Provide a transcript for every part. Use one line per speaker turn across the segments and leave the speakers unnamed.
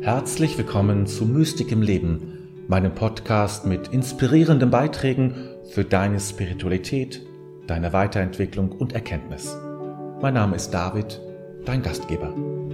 Herzlich willkommen zu Mystik im Leben, meinem Podcast mit inspirierenden Beiträgen für deine Spiritualität, deine Weiterentwicklung und Erkenntnis. Mein Name ist David, dein Gastgeber.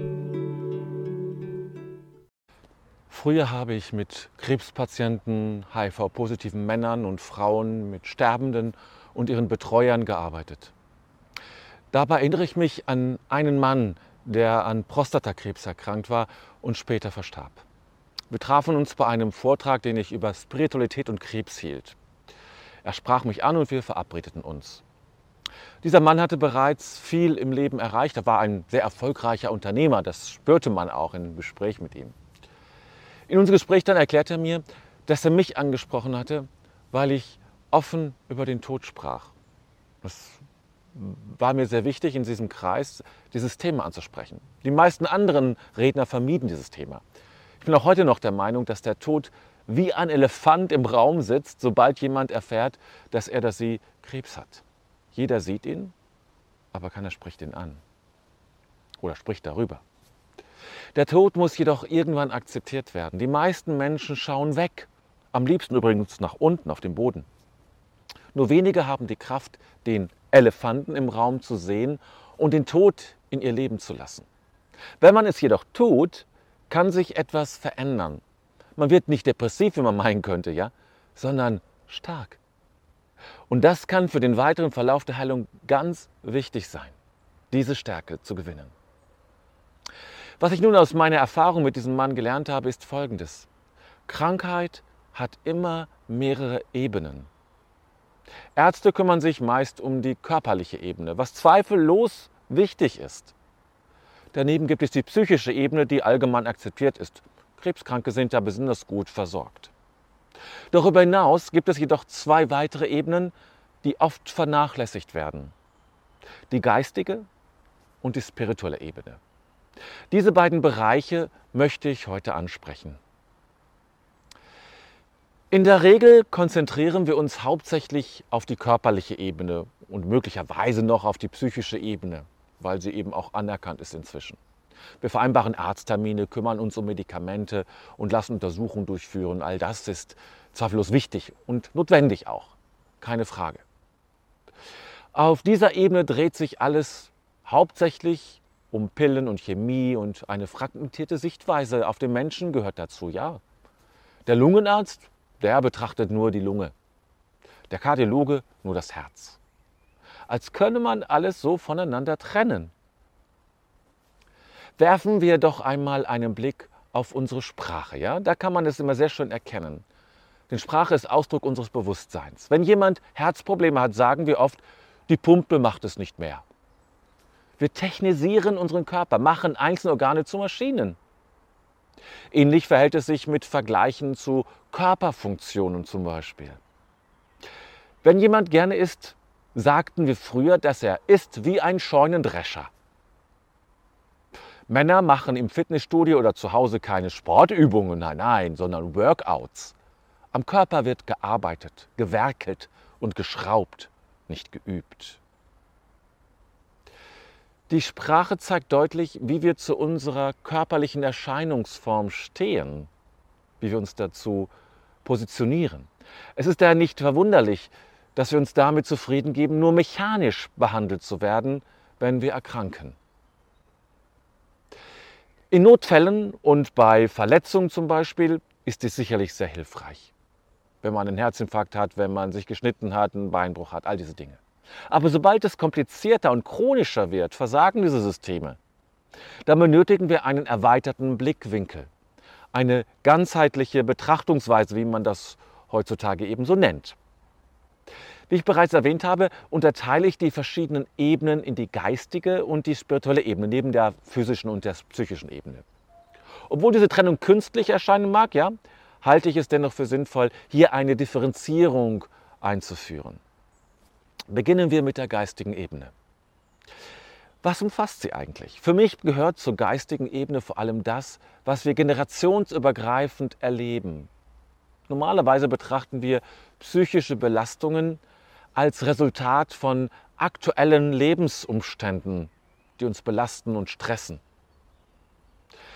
Früher habe ich mit Krebspatienten, HIV-positiven Männern und Frauen, mit Sterbenden und ihren Betreuern gearbeitet. Dabei erinnere ich mich an einen Mann, der an Prostatakrebs erkrankt war und später verstarb. Wir trafen uns bei einem Vortrag, den ich über Spiritualität und Krebs hielt. Er sprach mich an und wir verabredeten uns. Dieser Mann hatte bereits viel im Leben erreicht. Er war ein sehr erfolgreicher Unternehmer, das spürte man auch im Gespräch mit ihm. In unserem Gespräch dann erklärte er mir, dass er mich angesprochen hatte, weil ich offen über den Tod sprach. Das war mir sehr wichtig, in diesem Kreis dieses Thema anzusprechen. Die meisten anderen Redner vermieden dieses Thema. Ich bin auch heute noch der Meinung, dass der Tod wie ein Elefant im Raum sitzt, sobald jemand erfährt, dass er oder sie Krebs hat. Jeder sieht ihn, aber keiner spricht ihn an oder spricht darüber. Der Tod muss jedoch irgendwann akzeptiert werden. Die meisten Menschen schauen weg, am liebsten übrigens nach unten auf den Boden. Nur wenige haben die Kraft, den Elefanten im Raum zu sehen und den Tod in ihr Leben zu lassen. Wenn man es jedoch tut, kann sich etwas verändern. Man wird nicht depressiv, wie man meinen könnte, ja, sondern stark. Und das kann für den weiteren Verlauf der Heilung ganz wichtig sein, diese Stärke zu gewinnen. Was ich nun aus meiner Erfahrung mit diesem Mann gelernt habe, ist Folgendes. Krankheit hat immer mehrere Ebenen. Ärzte kümmern sich meist um die körperliche Ebene, was zweifellos wichtig ist. Daneben gibt es die psychische Ebene, die allgemein akzeptiert ist. Krebskranke sind ja besonders gut versorgt. Darüber hinaus gibt es jedoch zwei weitere Ebenen, die oft vernachlässigt werden. Die geistige und die spirituelle Ebene. Diese beiden Bereiche möchte ich heute ansprechen. In der Regel konzentrieren wir uns hauptsächlich auf die körperliche Ebene und möglicherweise noch auf die psychische Ebene, weil sie eben auch anerkannt ist inzwischen. Wir vereinbaren Arzttermine, kümmern uns um Medikamente und lassen Untersuchungen durchführen. All das ist zweifellos wichtig und notwendig auch, keine Frage. Auf dieser Ebene dreht sich alles hauptsächlich um Pillen und Chemie und eine fragmentierte Sichtweise auf den Menschen gehört dazu, ja. Der Lungenarzt, der betrachtet nur die Lunge. Der Kardiologe nur das Herz. Als könne man alles so voneinander trennen. Werfen wir doch einmal einen Blick auf unsere Sprache. Ja? Da kann man es immer sehr schön erkennen. Denn Sprache ist Ausdruck unseres Bewusstseins. Wenn jemand Herzprobleme hat, sagen wir oft, die Pumpe macht es nicht mehr. Wir technisieren unseren Körper, machen einzelne Organe zu Maschinen. Ähnlich verhält es sich mit Vergleichen zu Körperfunktionen zum Beispiel. Wenn jemand gerne isst, sagten wir früher, dass er isst wie ein Scheunendrescher. Männer machen im Fitnessstudio oder zu Hause keine Sportübungen, nein, sondern Workouts. Am Körper wird gearbeitet, gewerkelt und geschraubt, nicht geübt. Die Sprache zeigt deutlich, wie wir zu unserer körperlichen Erscheinungsform stehen, wie wir uns dazu positionieren. Es ist daher nicht verwunderlich, dass wir uns damit zufrieden geben, nur mechanisch behandelt zu werden, wenn wir erkranken. In Notfällen und bei Verletzungen zum Beispiel ist dies sicherlich sehr hilfreich. Wenn man einen Herzinfarkt hat, wenn man sich geschnitten hat, einen Beinbruch hat, all diese Dinge. Aber sobald es komplizierter und chronischer wird, versagen diese Systeme. Dann benötigen wir einen erweiterten Blickwinkel, eine ganzheitliche Betrachtungsweise, wie man das heutzutage eben so nennt. Wie ich bereits erwähnt habe, unterteile ich die verschiedenen Ebenen in die geistige und die spirituelle Ebene, neben der physischen und der psychischen Ebene. Obwohl diese Trennung künstlich erscheinen mag, ja, halte ich es dennoch für sinnvoll, hier eine Differenzierung einzuführen. Beginnen wir mit der geistigen Ebene. Was umfasst sie eigentlich? Für mich gehört zur geistigen Ebene vor allem das, was wir generationsübergreifend erleben. Normalerweise betrachten wir psychische Belastungen als Resultat von aktuellen Lebensumständen, die uns belasten und stressen.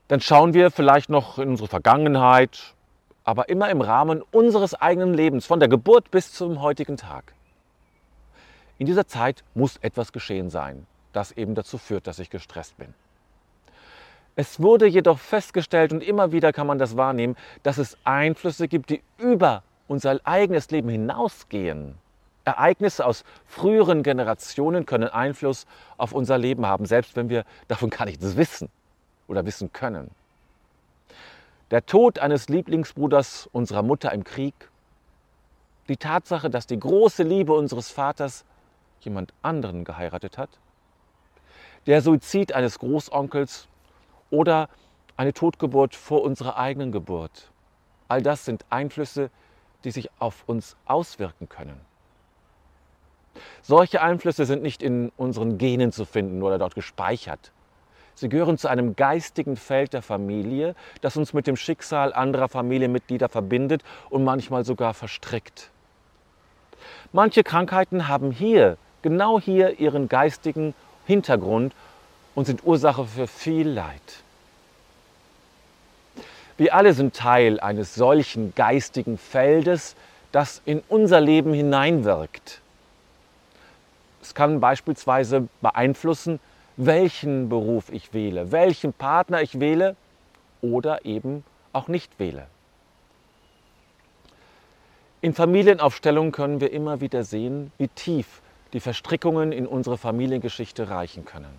Dann schauen wir vielleicht noch in unsere Vergangenheit, aber immer im Rahmen unseres eigenen Lebens, von der Geburt bis zum heutigen Tag. In dieser Zeit muss etwas geschehen sein, das eben dazu führt, dass ich gestresst bin. Es wurde jedoch festgestellt, und immer wieder kann man das wahrnehmen, dass es Einflüsse gibt, die über unser eigenes Leben hinausgehen. Ereignisse aus früheren Generationen können Einfluss auf unser Leben haben, selbst wenn wir davon gar nichts wissen oder wissen können. Der Tod eines Lieblingsbruders unserer Mutter im Krieg, die Tatsache, dass die große Liebe unseres Vaters jemand anderen geheiratet hat, der Suizid eines Großonkels oder eine Totgeburt vor unserer eigenen Geburt. All das sind Einflüsse, die sich auf uns auswirken können. Solche Einflüsse sind nicht in unseren Genen zu finden oder dort gespeichert. Sie gehören zu einem geistigen Feld der Familie, das uns mit dem Schicksal anderer Familienmitglieder verbindet und manchmal sogar verstrickt. Manche Krankheiten haben genau hier ihren geistigen Hintergrund und sind Ursache für viel Leid. Wir alle sind Teil eines solchen geistigen Feldes, das in unser Leben hineinwirkt. Es kann beispielsweise beeinflussen, welchen Beruf ich wähle, welchen Partner ich wähle oder eben auch nicht wähle. In Familienaufstellungen können wir immer wieder sehen, wie tief die Verstrickungen in unsere Familiengeschichte reichen können.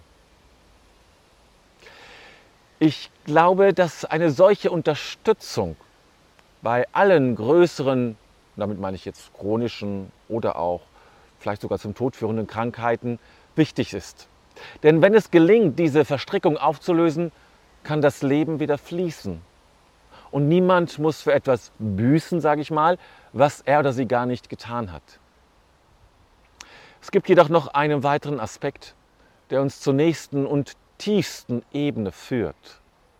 Ich glaube, dass eine solche Unterstützung bei allen größeren, damit meine ich jetzt chronischen oder auch vielleicht sogar zum Tod führenden Krankheiten, wichtig ist. Denn wenn es gelingt, diese Verstrickung aufzulösen, kann das Leben wieder fließen. Und niemand muss für etwas büßen, sage ich mal, was er oder sie gar nicht getan hat. Es gibt jedoch noch einen weiteren Aspekt, der uns zur nächsten und tiefsten Ebene führt.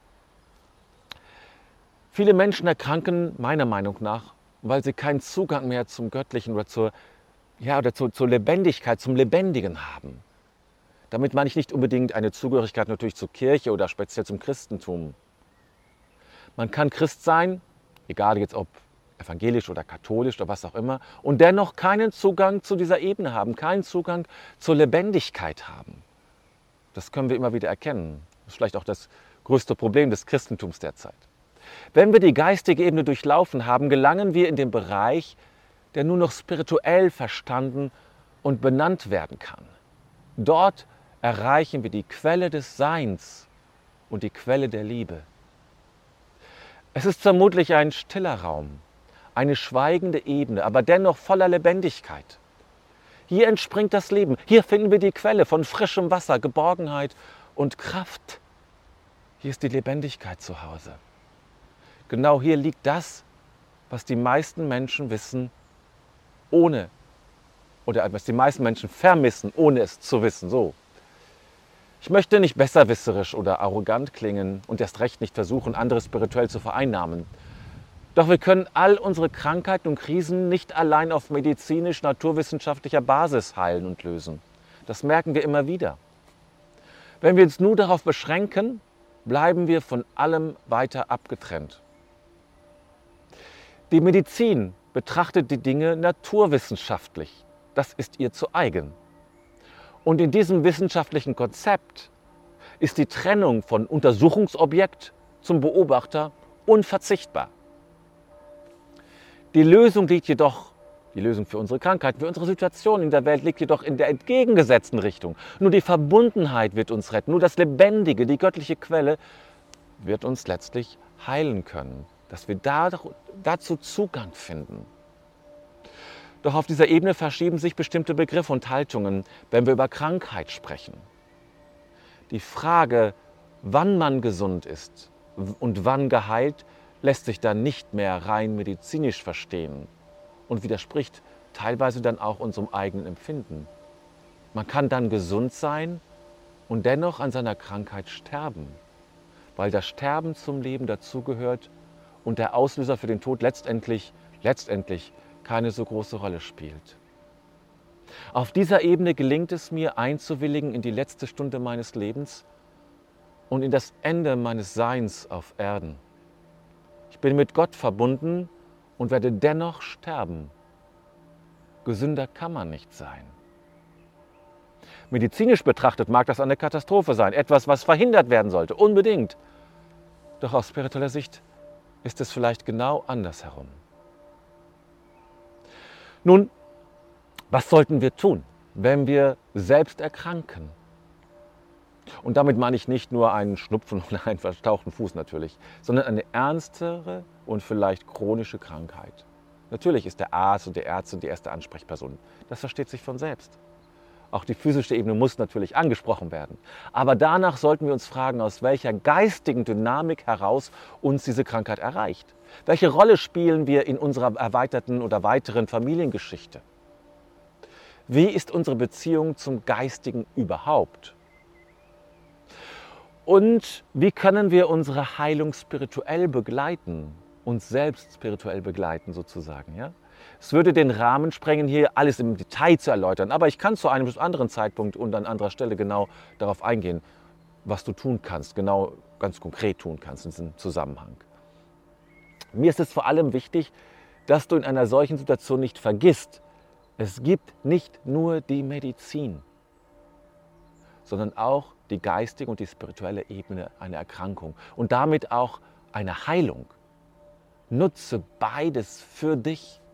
Viele Menschen erkranken meiner Meinung nach, weil sie keinen Zugang mehr zum Göttlichen oder zur Lebendigkeit, zum Lebendigen haben. Damit meine ich nicht unbedingt eine Zugehörigkeit natürlich zur Kirche oder speziell zum Christentum. Man kann Christ sein, egal jetzt ob evangelisch oder katholisch oder was auch immer, und dennoch keinen Zugang zu dieser Ebene haben, keinen Zugang zur Lebendigkeit haben. Das können wir immer wieder erkennen. Das ist vielleicht auch das größte Problem des Christentums derzeit. Wenn wir die geistige Ebene durchlaufen haben, gelangen wir in den Bereich, der nur noch spirituell verstanden und benannt werden kann. Dort erreichen wir die Quelle des Seins und die Quelle der Liebe. Es ist vermutlich ein stiller Raum, eine schweigende Ebene, aber dennoch voller Lebendigkeit. Hier entspringt das Leben. Hier finden wir die Quelle von frischem Wasser, Geborgenheit und Kraft. Hier ist die Lebendigkeit zu Hause. Genau hier liegt das, was die meisten Menschen wissen, was die meisten Menschen vermissen, ohne es zu wissen. So. Ich möchte nicht besserwisserisch oder arrogant klingen und erst recht nicht versuchen, andere spirituell zu vereinnahmen. Doch wir können all unsere Krankheiten und Krisen nicht allein auf medizinisch-naturwissenschaftlicher Basis heilen und lösen. Das merken wir immer wieder. Wenn wir uns nur darauf beschränken, bleiben wir von allem weiter abgetrennt. Die Medizin betrachtet die Dinge naturwissenschaftlich. Das ist ihr zu eigen. Und in diesem wissenschaftlichen Konzept ist die Trennung von Untersuchungsobjekt zum Beobachter unverzichtbar. Die Lösung für unsere Krankheit, für unsere Situation in der Welt liegt jedoch in der entgegengesetzten Richtung. Nur die Verbundenheit wird uns retten, nur das Lebendige, die göttliche Quelle wird uns letztlich heilen können, dass wir dazu Zugang finden. Doch auf dieser Ebene verschieben sich bestimmte Begriffe und Haltungen, wenn wir über Krankheit sprechen. Die Frage, wann man gesund ist und wann geheilt, lässt sich dann nicht mehr rein medizinisch verstehen und widerspricht teilweise dann auch unserem eigenen Empfinden. Man kann dann gesund sein und dennoch an seiner Krankheit sterben, weil das Sterben zum Leben dazugehört und der Auslöser für den Tod letztendlich keine so große Rolle spielt. Auf dieser Ebene gelingt es mir, einzuwilligen in die letzte Stunde meines Lebens und in das Ende meines Seins auf Erden. Ich bin mit Gott verbunden und werde dennoch sterben. Gesünder kann man nicht sein. Medizinisch betrachtet mag das eine Katastrophe sein, etwas, was verhindert werden sollte, unbedingt. Doch aus spiritueller Sicht ist es vielleicht genau andersherum. Nun, was sollten wir tun, wenn wir selbst erkranken? Und damit meine ich nicht nur einen Schnupfen oder einen verstauchten Fuß natürlich, sondern eine ernstere und vielleicht chronische Krankheit. Natürlich ist der Arzt und die Ärztin die erste Ansprechperson. Das versteht sich von selbst. Auch die physische Ebene muss natürlich angesprochen werden. Aber danach sollten wir uns fragen, aus welcher geistigen Dynamik heraus uns diese Krankheit erreicht. Welche Rolle spielen wir in unserer erweiterten oder weiteren Familiengeschichte? Wie ist unsere Beziehung zum Geistigen überhaupt? Und wie können wir unsere Heilung spirituell begleiten, uns selbst spirituell begleiten sozusagen? Ja? Es würde den Rahmen sprengen, hier alles im Detail zu erläutern, aber ich kann zu einem anderen Zeitpunkt und an anderer Stelle genau darauf eingehen, was du tun kannst, genau ganz konkret tun kannst in diesem Zusammenhang. Mir ist es vor allem wichtig, dass du in einer solchen Situation nicht vergisst, es gibt nicht nur die Medizin, sondern auch die geistige und die spirituelle Ebene einer Erkrankung und damit auch eine Heilung. Nutze beides für dich.